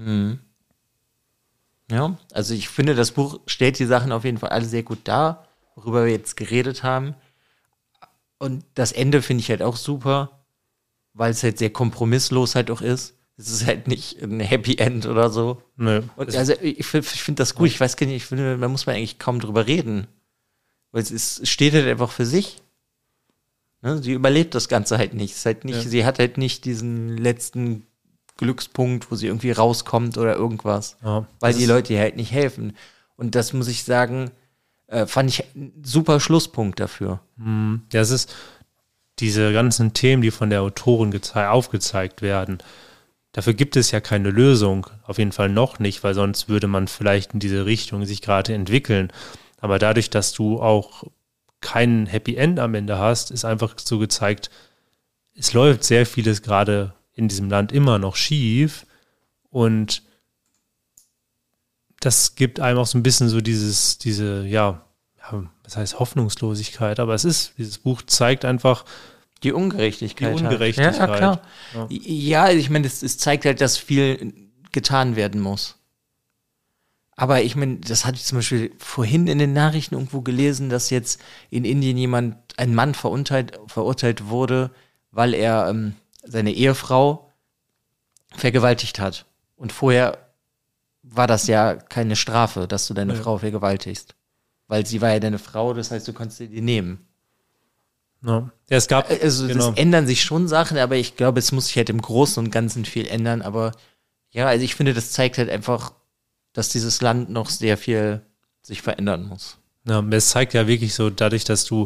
Ja, also ich finde, das Buch stellt die Sachen auf jeden Fall alle sehr gut dar, worüber wir jetzt geredet haben. Und das Ende finde ich halt auch super, weil es halt sehr kompromisslos halt auch ist. Es ist halt nicht ein Happy End oder so. Nö. Und also ich finde das gut. Ich weiß gar nicht, ich finde, da muss man eigentlich kaum drüber reden. Weil es steht halt einfach für sich. Ne? Sie überlebt das Ganze halt nicht. Es ist halt nicht, sie hat halt nicht diesen letzten Glückspunkt, wo sie irgendwie rauskommt oder irgendwas. Ja, weil die Leute ihr halt nicht helfen. Und das muss ich sagen, fand ich ein super Schlusspunkt dafür. Ja, es ist diese ganzen Themen, die von der Autorin aufgezeigt werden. Dafür gibt es ja keine Lösung. Auf jeden Fall noch nicht, weil sonst würde man vielleicht in diese Richtung sich gerade entwickeln. Aber dadurch, dass du auch kein Happy End am Ende hast, ist einfach so gezeigt, es läuft sehr vieles gerade in diesem Land immer noch schief und das gibt einem auch so ein bisschen so was heißt Hoffnungslosigkeit, aber dieses Buch zeigt einfach die Ungerechtigkeit. Die Ungerechtigkeit. Halt. Ja, klar. Ja, ich meine, es zeigt halt, dass viel getan werden muss. Aber ich meine, das hatte ich zum Beispiel vorhin in den Nachrichten irgendwo gelesen, dass jetzt in Indien ein Mann verurteilt wurde, weil er seine Ehefrau vergewaltigt hat. Und vorher war das ja keine Strafe, dass du deine Frau vergewaltigst. Weil sie war ja deine Frau, das heißt, du konntest sie dir nehmen. Ja, es gab. Also es ändern sich schon Sachen, aber ich glaube, es muss sich halt im Großen und Ganzen viel ändern. Aber ja, also ich finde, das zeigt halt einfach, dass dieses Land noch sehr viel sich verändern muss. Ja, es zeigt ja wirklich so, dadurch, dass du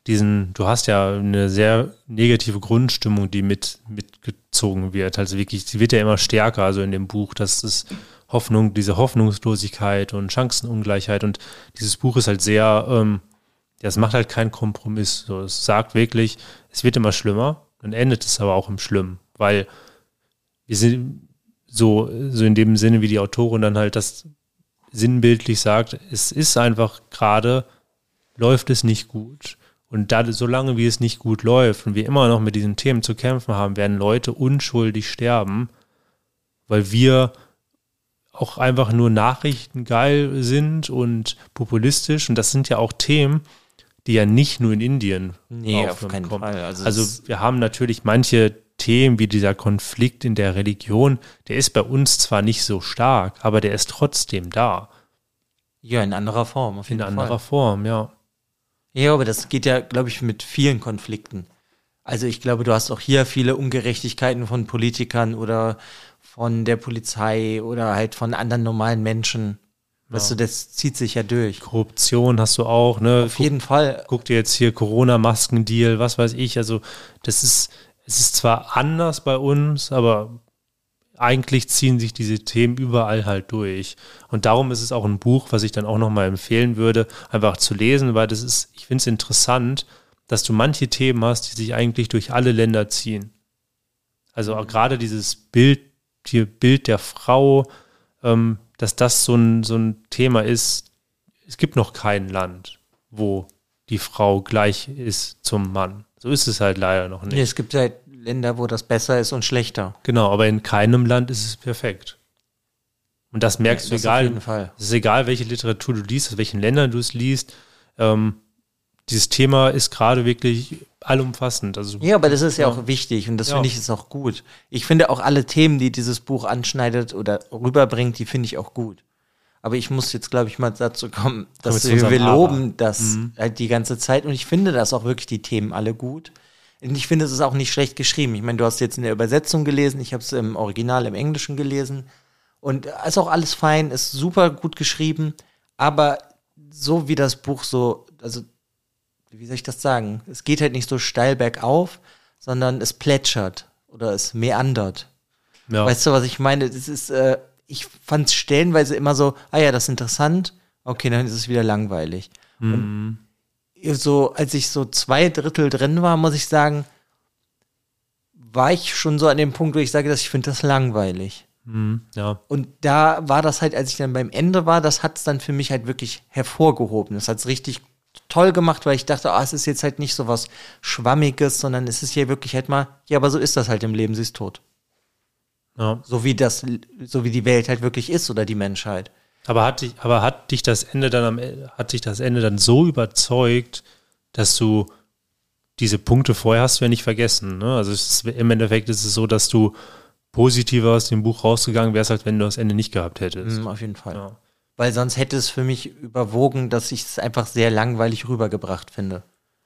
hast ja eine sehr negative Grundstimmung, die mitgezogen wird. Also wirklich, sie wird ja immer stärker, also in dem Buch, dass es diese Hoffnungslosigkeit und Chancenungleichheit und dieses Buch ist halt sehr, es macht halt keinen Kompromiss. So, es sagt wirklich, es wird immer schlimmer, dann endet es aber auch im Schlimmen, weil wir sind so in dem Sinne, wie die Autorin dann halt das sinnbildlich sagt, es ist einfach gerade, läuft es nicht gut. Und solange wie es nicht gut läuft und wir immer noch mit diesen Themen zu kämpfen haben, werden Leute unschuldig sterben, weil wir auch einfach nur nachrichtengeil sind und populistisch. Und das sind ja auch Themen, die ja nicht nur in Indien auf keinen Fall. Also wir haben natürlich manche Themen wie dieser Konflikt in der Religion, der ist bei uns zwar nicht so stark, aber der ist trotzdem da. Ja, in anderer Form, auf jeden Fall. In anderer Form, ja. Ja, aber das geht ja, glaube ich, mit vielen Konflikten. Also ich glaube, du hast auch hier viele Ungerechtigkeiten von Politikern oder von der Polizei oder halt von anderen normalen Menschen. Weißt du, das zieht sich ja durch. Korruption hast du auch, ne? Auf jeden Fall. Guck dir jetzt hier Corona-Maskendeal, was weiß ich. Also es ist zwar anders bei uns, aber eigentlich ziehen sich diese Themen überall halt durch. Und darum ist es auch ein Buch, was ich dann auch nochmal empfehlen würde, einfach zu lesen, weil ich finde es interessant, dass du manche Themen hast, die sich eigentlich durch alle Länder ziehen. Also auch gerade dieses Bild der Frau, dass das so ein Thema ist. Es gibt noch kein Land, wo die Frau gleich ist zum Mann. So ist es halt leider noch nicht. Nee, es gibt halt Länder, wo das besser ist und schlechter. Genau, aber in keinem Land ist es perfekt. Und das merkst du, egal. Auf jeden Fall. Es ist egal, welche Literatur du liest, aus welchen Ländern du es liest. Dieses Thema ist gerade wirklich allumfassend. Also, ja, aber das ist ja auch wichtig und das Ja. finde ich ist auch gut. Ich finde auch alle Themen, die dieses Buch anschneidet oder rüberbringt, die finde ich auch gut. Aber ich muss jetzt, glaube ich, mal dazu kommen, dass zu unserem wir Aber. loben das halt die ganze Zeit und ich finde das auch wirklich die Themen alle gut. Und ich finde, es ist auch nicht schlecht geschrieben. Ich meine, du hast jetzt in der Übersetzung gelesen, ich habe es im Original im Englischen gelesen und ist auch alles fein, ist super gut geschrieben, aber so wie das Buch so, also wie soll ich das sagen? Es geht halt nicht so steil bergauf, sondern es plätschert oder es meandert. ja. Weißt du, was ich meine? Das ist, ich fand es stellenweise immer so, ah ja, das ist interessant, okay, dann ist es wieder langweilig. Und so, als ich so 2/3 drin war, muss ich sagen, war ich schon so an dem Punkt, wo ich sage, dass ich finde das langweilig. Ja. Und da war das halt, als ich dann beim Ende war, das hat es dann für mich halt wirklich hervorgehoben. Das hat es richtig toll gemacht, weil ich dachte, es ist jetzt halt nicht so was Schwammiges, sondern es ist hier wirklich halt mal, ja, aber so ist das halt im Leben, sie ist tot. Ja. So wie die Welt halt wirklich ist oder die Menschheit. Aber hat dich das Ende dann so überzeugt, dass du diese Punkte vorher hast du ja nicht vergessen. Ne? Also im Endeffekt ist es so, dass du positiver aus dem Buch rausgegangen wärst, als wenn du das Ende nicht gehabt hättest. Auf jeden Fall. Ja. Weil sonst hätte es für mich überwogen, dass ich es einfach sehr langweilig rübergebracht finde.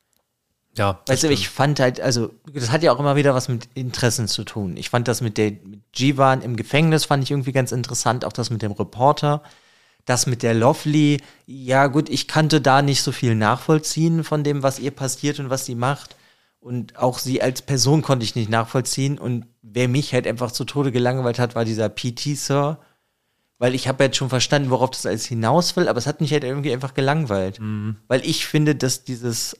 Ja, Weißt du, ich fand halt, also das hat ja auch immer wieder was mit Interessen zu tun. Ich fand das mit Jivan im Gefängnis fand ich irgendwie ganz interessant, auch das mit dem Reporter. Das mit der Lovely, ja gut, ich kannte da nicht so viel nachvollziehen von dem, was ihr passiert und was sie macht. Und auch sie als Person konnte ich nicht nachvollziehen. Und wer mich halt einfach zu Tode gelangweilt hat, war dieser PT-Sir. Weil ich habe jetzt schon verstanden, worauf das alles hinaus will, aber es hat mich halt irgendwie einfach gelangweilt. Weil ich finde, dass dieses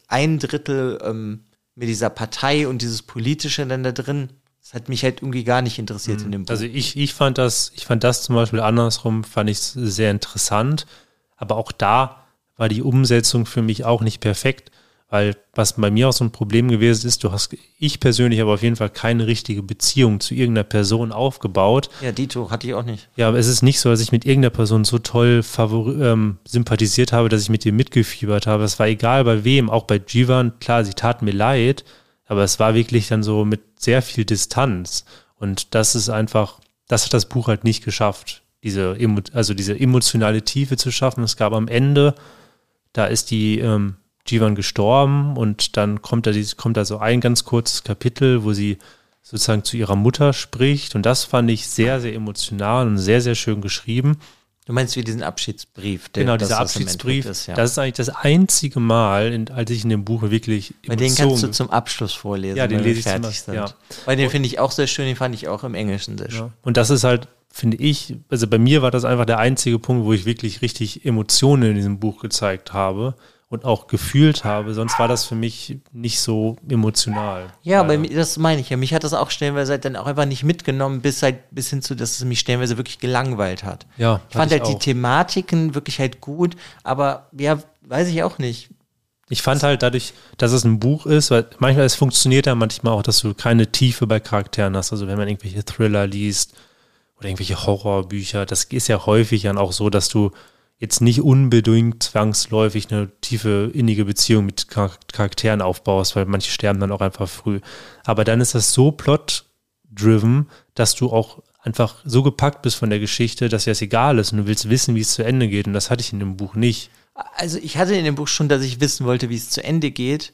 1/3 mit dieser Partei und dieses Politische dann da drin, das hat mich halt irgendwie gar nicht interessiert in dem Buch. Also ich fand das zum Beispiel andersrum, fand ich es sehr interessant, aber auch da war die Umsetzung für mich auch nicht perfekt, weil was bei mir auch so ein Problem gewesen ist, ich persönlich habe auf jeden Fall keine richtige Beziehung zu irgendeiner Person aufgebaut. Ja, Dito hatte ich auch nicht. Ja, aber es ist nicht so, dass ich mit irgendeiner Person so toll sympathisiert habe, dass ich mit ihr mitgefiebert habe. Es war egal bei wem, auch bei Jivan, klar, sie tat mir leid, aber es war wirklich dann so mit sehr viel Distanz. Und das ist einfach, das hat das Buch halt nicht geschafft, diese emotionale Tiefe zu schaffen. Es gab am Ende, da ist die Jivan gestorben und dann kommt da so ein ganz kurzes Kapitel, wo sie sozusagen zu ihrer Mutter spricht und das fand ich sehr, sehr emotional und sehr, sehr schön geschrieben. Du meinst wie diesen Abschiedsbrief? Genau, dieser Abschiedsbrief, ist, ja. Das ist eigentlich das einzige Mal, als ich in dem Buch wirklich Bei den kannst du zum Abschluss vorlesen, ja, den wenn lese wir fertig ich sind. Ja. Weil den finde ich auch sehr schön, den fand ich auch im Englischen sehr schön. Ja. Und das ist halt, finde ich, also bei mir war das einfach der einzige Punkt, wo ich wirklich richtig Emotionen in diesem Buch gezeigt habe und auch gefühlt habe, sonst war das für mich nicht so emotional. Ja, aber das meine ich ja. Mich hat das auch stellenweise dann auch einfach nicht mitgenommen, bis hin zu, dass es mich stellenweise wirklich gelangweilt hat. Ja, ich fand halt die Thematiken wirklich halt gut, aber ja, weiß ich auch nicht. Ich fand halt dadurch, dass es ein Buch ist, weil manchmal, es funktioniert ja manchmal auch, dass du keine Tiefe bei Charakteren hast. Also wenn man irgendwelche Thriller liest oder irgendwelche Horrorbücher, das ist ja häufig dann auch so, dass du jetzt nicht unbedingt zwangsläufig eine tiefe, innige Beziehung mit Charakteren aufbaust, weil manche sterben dann auch einfach früh. Aber dann ist das so plot-driven, dass du auch einfach so gepackt bist von der Geschichte, dass dir das egal ist und du willst wissen, wie es zu Ende geht. Und das hatte ich in dem Buch nicht. Also ich hatte in dem Buch schon, dass ich wissen wollte, wie es zu Ende geht,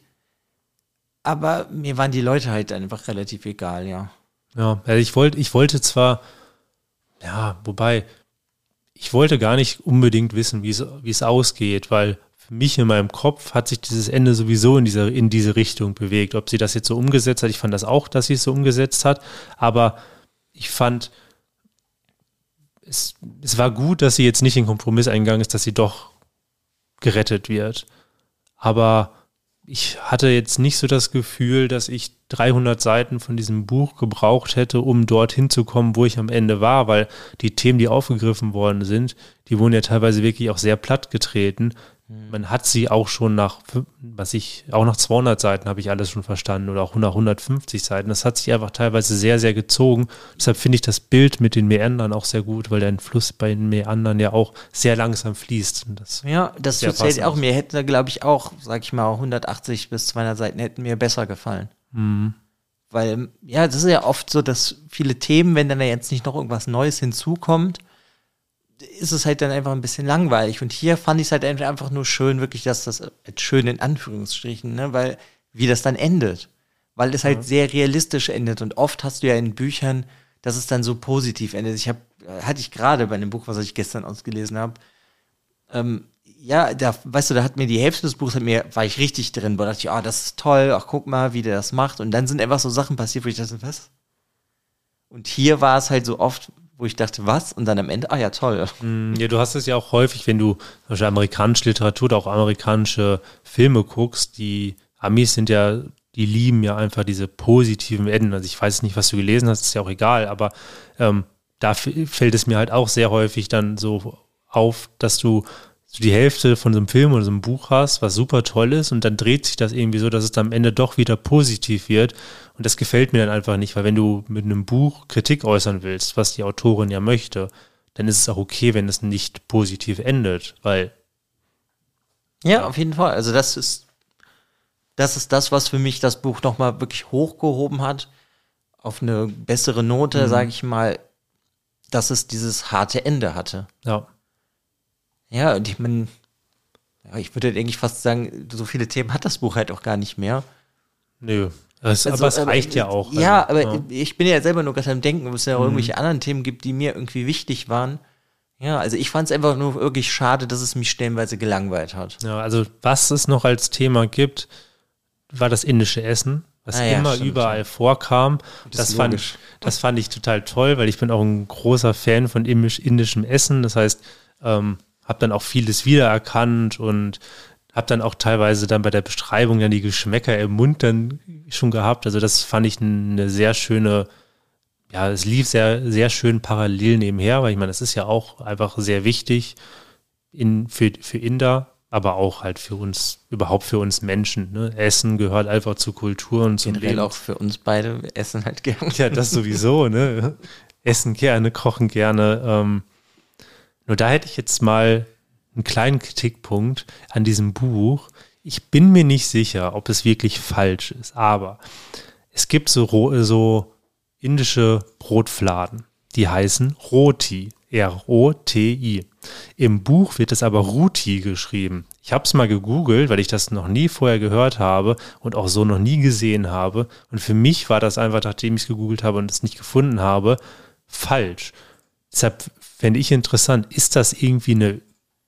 aber mir waren die Leute halt einfach relativ egal, ja. Ja, also ich wollte zwar, ja, wobei, ich wollte gar nicht unbedingt wissen, wie es ausgeht, weil für mich in meinem Kopf hat sich dieses Ende sowieso in diese Richtung bewegt. Ob sie das jetzt so umgesetzt hat, ich fand das auch, dass sie es so umgesetzt hat, aber ich fand, es war gut, dass sie jetzt nicht in den Kompromiss eingegangen ist, dass sie doch gerettet wird. Aber ich hatte jetzt nicht so das Gefühl, dass ich 300 Seiten von diesem Buch gebraucht hätte, um dorthin zu kommen, wo ich am Ende war, weil die Themen, die aufgegriffen worden sind, die wurden ja teilweise wirklich auch sehr platt getreten. Man hat sie auch schon nach 200 Seiten habe ich alles schon verstanden oder auch nach 150 Seiten. Das hat sich einfach teilweise sehr, sehr gezogen. Deshalb finde ich das Bild mit den Meandern auch sehr gut, weil der Fluss bei den Meandern ja auch sehr langsam fließt. Und das zählt auch. Mir hätte, glaube ich, auch, sag ich mal, 180 bis 200 Seiten hätten mir besser gefallen. Weil, das ist ja oft so, dass viele Themen, wenn dann ja jetzt nicht noch irgendwas Neues hinzukommt, ist es halt dann einfach ein bisschen langweilig. Und hier fand ich es halt einfach nur schön, wirklich, dass das schön in Anführungsstrichen, ne, weil wie das dann endet. Weil es halt sehr realistisch endet. Und oft hast du ja in Büchern, dass es dann so positiv endet. Hatte ich gerade bei einem Buch, was ich gestern ausgelesen habe, da hat mir die Hälfte des Buchs war ich richtig drin, wo dachte ich, das ist toll, ach guck mal, wie der das macht. Und dann sind einfach so Sachen passiert, wo ich dachte, was? Und hier war es halt so oft, wo ich dachte, was? Und dann am Ende, ja, toll. Ja, du hast es ja auch häufig, wenn du zum Beispiel amerikanische Literatur oder auch amerikanische Filme guckst, die Amis die lieben ja einfach diese positiven Enden. Also ich weiß nicht, was du gelesen hast, ist ja auch egal, aber da fällt es mir halt auch sehr häufig dann so auf, dass du so die Hälfte von so einem Film oder so einem Buch hast, was super toll ist und dann dreht sich das irgendwie so, dass es dann am Ende doch wieder positiv wird und das gefällt mir dann einfach nicht, weil wenn du mit einem Buch Kritik äußern willst, was die Autorin ja möchte, dann ist es auch okay, wenn es nicht positiv endet, weil auf jeden Fall, also das ist das, was für mich das Buch nochmal wirklich hochgehoben hat, auf eine bessere Note, sage ich mal, dass es dieses harte Ende hatte. Ja, und ich meine, ich würde eigentlich fast sagen, so viele Themen hat das Buch halt auch gar nicht mehr. Nö, aber es reicht ja auch. Ich bin ja selber nur gerade am Denken, ob es ja auch irgendwelche anderen Themen gibt, die mir irgendwie wichtig waren. Ja, also ich fand es einfach nur wirklich schade, dass es mich stellenweise gelangweilt hat. Ja, also was es noch als Thema gibt, war das indische Essen, was überall vorkam. Das fand ich total toll, weil ich bin auch ein großer Fan von indischem Essen. Das heißt, habe dann auch vieles wiedererkannt und habe dann auch teilweise dann bei der Beschreibung dann die Geschmäcker im Mund dann schon gehabt. Also das fand ich eine sehr schöne, es lief sehr, sehr schön parallel nebenher, weil ich meine, das ist ja auch einfach sehr wichtig für Inder, aber auch halt für uns, überhaupt für uns Menschen. Ne? Essen gehört einfach zur Kultur und zum Leben. Auch für uns beide, wir essen halt gerne. Ja, das sowieso, ne? Essen gerne, kochen gerne. Nur da hätte ich jetzt mal einen kleinen Kritikpunkt an diesem Buch. Ich bin mir nicht sicher, ob es wirklich falsch ist, aber es gibt so indische Brotfladen, die heißen Roti, R-O-T-I. Im Buch wird es aber Ruti geschrieben. Ich habe es mal gegoogelt, weil ich das noch nie vorher gehört habe und auch so noch nie gesehen habe. Und für mich war das einfach, nachdem ich es gegoogelt habe und es nicht gefunden habe, falsch. Deshalb fände ich interessant, ist das irgendwie ein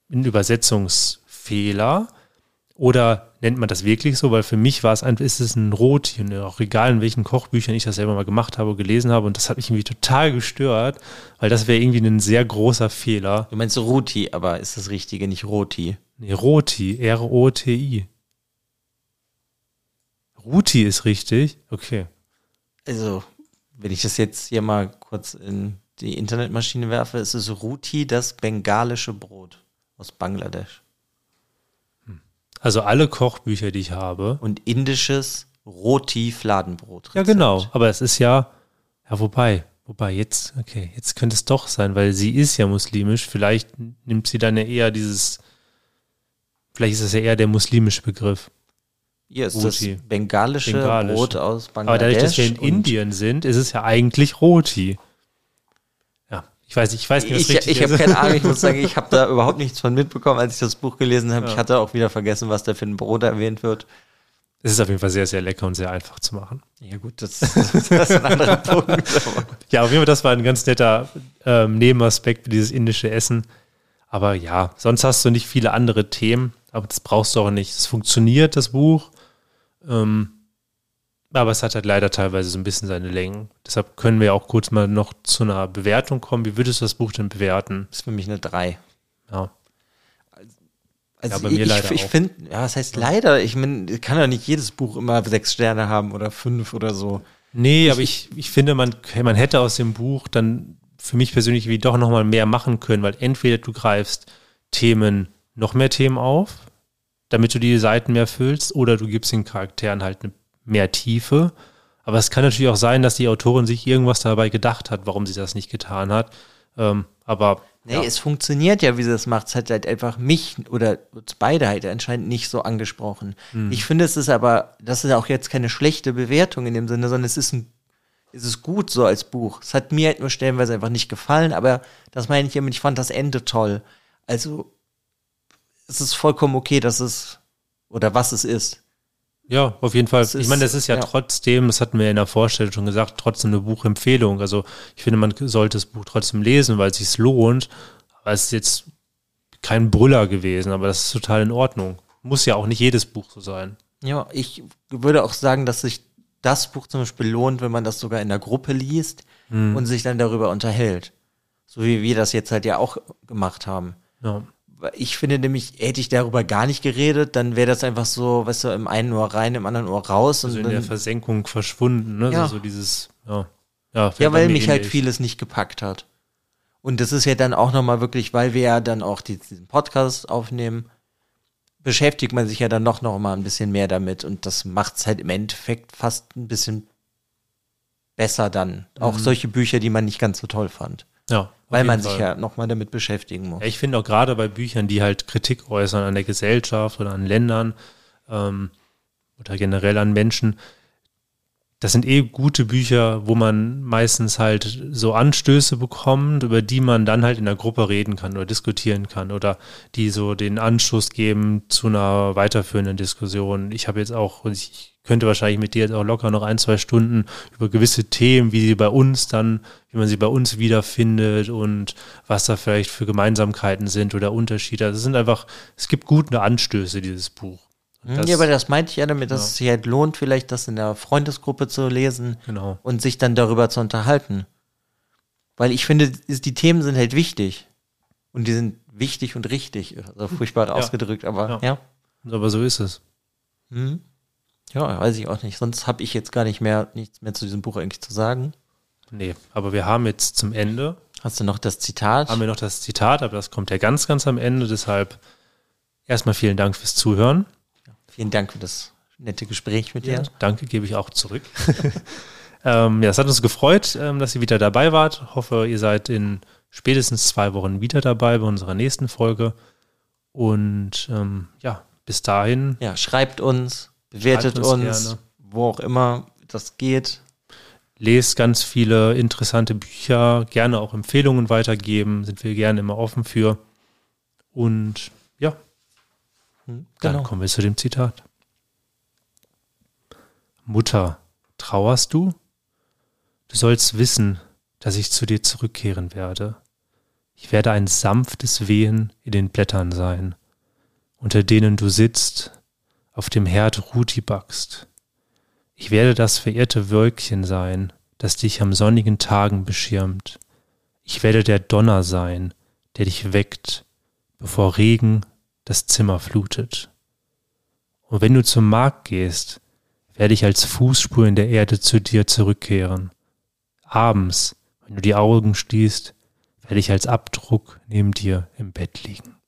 Übersetzungsfehler oder nennt man das wirklich so? Weil für mich ist es ein Roti und auch egal in welchen Kochbüchern ich das selber mal gemacht habe, gelesen habe und das hat mich irgendwie total gestört, weil das wäre irgendwie ein sehr großer Fehler. Du meinst Ruti, aber ist das Richtige nicht Roti? Nee, Roti, R-O-T-I. Ruti ist richtig? Okay. Also, wenn ich das jetzt hier mal kurz in die Internetmaschine werfe, ist es Ruti, das bengalische Brot aus Bangladesch. Also alle Kochbücher, die ich habe. Und indisches Roti-Fladenbrot. Ja, genau. Aber es ist wobei jetzt könnte es doch sein, weil sie ist ja muslimisch. Vielleicht nimmt sie dann ja eher vielleicht ist es ja eher der muslimische Begriff. Hier ist Roti. Das bengalische Brot aus Bangladesch. Aber dadurch, dass wir in Indien sind, ist es ja eigentlich Roti. Ich weiß nicht, was richtig ist. Ich habe keine Ahnung, ich muss sagen, ich habe da überhaupt nichts von mitbekommen, als ich das Buch gelesen habe. Ja. Ich hatte auch wieder vergessen, was da für ein Brot erwähnt wird. Es ist auf jeden Fall sehr, sehr lecker und sehr einfach zu machen. Ja gut, das ist ein anderer Punkt. Ja, auf jeden Fall, das war ein ganz netter Nebenaspekt für dieses indische Essen. Aber ja, sonst hast du nicht viele andere Themen, aber das brauchst du auch nicht. Es funktioniert, das Buch. Aber es hat halt leider teilweise so ein bisschen seine Längen. Deshalb können wir auch kurz mal noch zu einer Bewertung kommen. Wie würdest du das Buch denn bewerten? Das ist für mich eine 3. Ja. Also bei mir leider ich finde, was heißt leider? Ich meine, kann ja nicht jedes Buch immer 6 Sterne haben oder 5 oder so. Nee, aber ich finde, man hätte aus dem Buch dann für mich persönlich wie doch nochmal mehr machen können, weil entweder du greifst Themen noch mehr Themen auf, damit du die Seiten mehr füllst, oder du gibst den Charakteren halt mehr Tiefe. Aber es kann natürlich auch sein, dass die Autorin sich irgendwas dabei gedacht hat, warum sie das nicht getan hat. Aber Nee, es funktioniert ja, wie sie das macht. Es hat halt einfach mich oder uns beide halt anscheinend nicht so angesprochen. Ich finde, das ist auch jetzt keine schlechte Bewertung in dem Sinne, sondern es ist gut so als Buch. Es hat mir halt nur stellenweise einfach nicht gefallen, aber das meine ich immer, ich fand das Ende toll. Also, es ist vollkommen okay, dass es, oder was es ist. Ja, auf jeden Fall. Ich meine, das ist ja ja. trotzdem, das hatten wir in der Vorstellung schon gesagt, trotzdem eine Buchempfehlung. Also ich finde, man sollte das Buch trotzdem lesen, weil es sich lohnt. Aber es ist jetzt kein Brüller gewesen, aber das ist total in Ordnung. Muss ja auch nicht jedes Buch so sein. Ja, ich würde auch sagen, dass sich das Buch zum Beispiel lohnt, wenn man das sogar in der Gruppe liest und sich dann darüber unterhält. So wie wir das jetzt halt ja auch gemacht haben. Ja. Ich finde nämlich, hätte ich darüber gar nicht geredet, dann wäre das einfach so, weißt du, im einen Ohr rein, im anderen Ohr raus. Also und in dann, der Versenkung verschwunden, ne? Ja. So dieses, ja, weil mich halt vieles nicht gepackt hat. Und das ist ja dann auch nochmal wirklich, weil wir ja dann auch diesen Podcast aufnehmen, beschäftigt man sich ja dann noch mal ein bisschen mehr damit. Und das macht es halt im Endeffekt fast ein bisschen besser dann. Auch solche Bücher, die man nicht ganz so toll fand. Ja. Weil man sich ja nochmal damit beschäftigen muss. Ja, ich finde auch gerade bei Büchern, die halt Kritik äußern an der Gesellschaft oder an Ländern oder generell an Menschen, das sind gute Bücher, wo man meistens halt so Anstöße bekommt, über die man dann halt in der Gruppe reden kann oder diskutieren kann oder die so den Anstoß geben zu einer weiterführenden Diskussion. Ich habe jetzt auch, ich könnte wahrscheinlich mit dir jetzt auch locker noch 1-2 Stunden über gewisse Themen, wie man sie bei uns wiederfindet und was da vielleicht für Gemeinsamkeiten sind oder Unterschiede. Also es gibt gute Anstöße, dieses Buch. Ja, aber das meinte ich ja damit, dass es sich halt lohnt, vielleicht das in der Freundesgruppe zu lesen und sich dann darüber zu unterhalten. Weil ich finde, die Themen sind halt wichtig. Und die sind wichtig und richtig. Also furchtbar ausgedrückt, aber ja. Aber so ist es. Ja, weiß ich auch nicht. Sonst habe ich jetzt gar nichts mehr zu diesem Buch eigentlich zu sagen. Nee, aber wir haben jetzt zum Ende. Hast du noch das Zitat? Haben wir noch das Zitat, aber das kommt ja ganz, ganz am Ende. Deshalb erstmal vielen Dank fürs Zuhören. Vielen Dank für das nette Gespräch mit dir. Danke, gebe ich auch zurück. Es hat uns gefreut, dass ihr wieder dabei wart. Hoffe, ihr seid in spätestens 2 Wochen wieder dabei bei unserer nächsten Folge. Und bis dahin. Ja, schreibt uns, bewertet uns gerne, wo auch immer das geht. Lest ganz viele interessante Bücher, gerne auch Empfehlungen weitergeben, sind wir gerne immer offen für. Und ja, dann kommen wir zu dem Zitat. Mutter, trauerst du? Du sollst wissen, dass ich zu dir zurückkehren werde. Ich werde ein sanftes Wehen in den Blättern sein, unter denen du sitzt, auf dem Herd Ruti backst. Ich werde das verehrte Wölkchen sein, das dich am sonnigen Tagen beschirmt. Ich werde der Donner sein, der dich weckt, bevor Regen das Zimmer flutet. Und wenn du zum Markt gehst, werde ich als Fußspur in der Erde zu dir zurückkehren. Abends, wenn du die Augen schließt, werde ich als Abdruck neben dir im Bett liegen.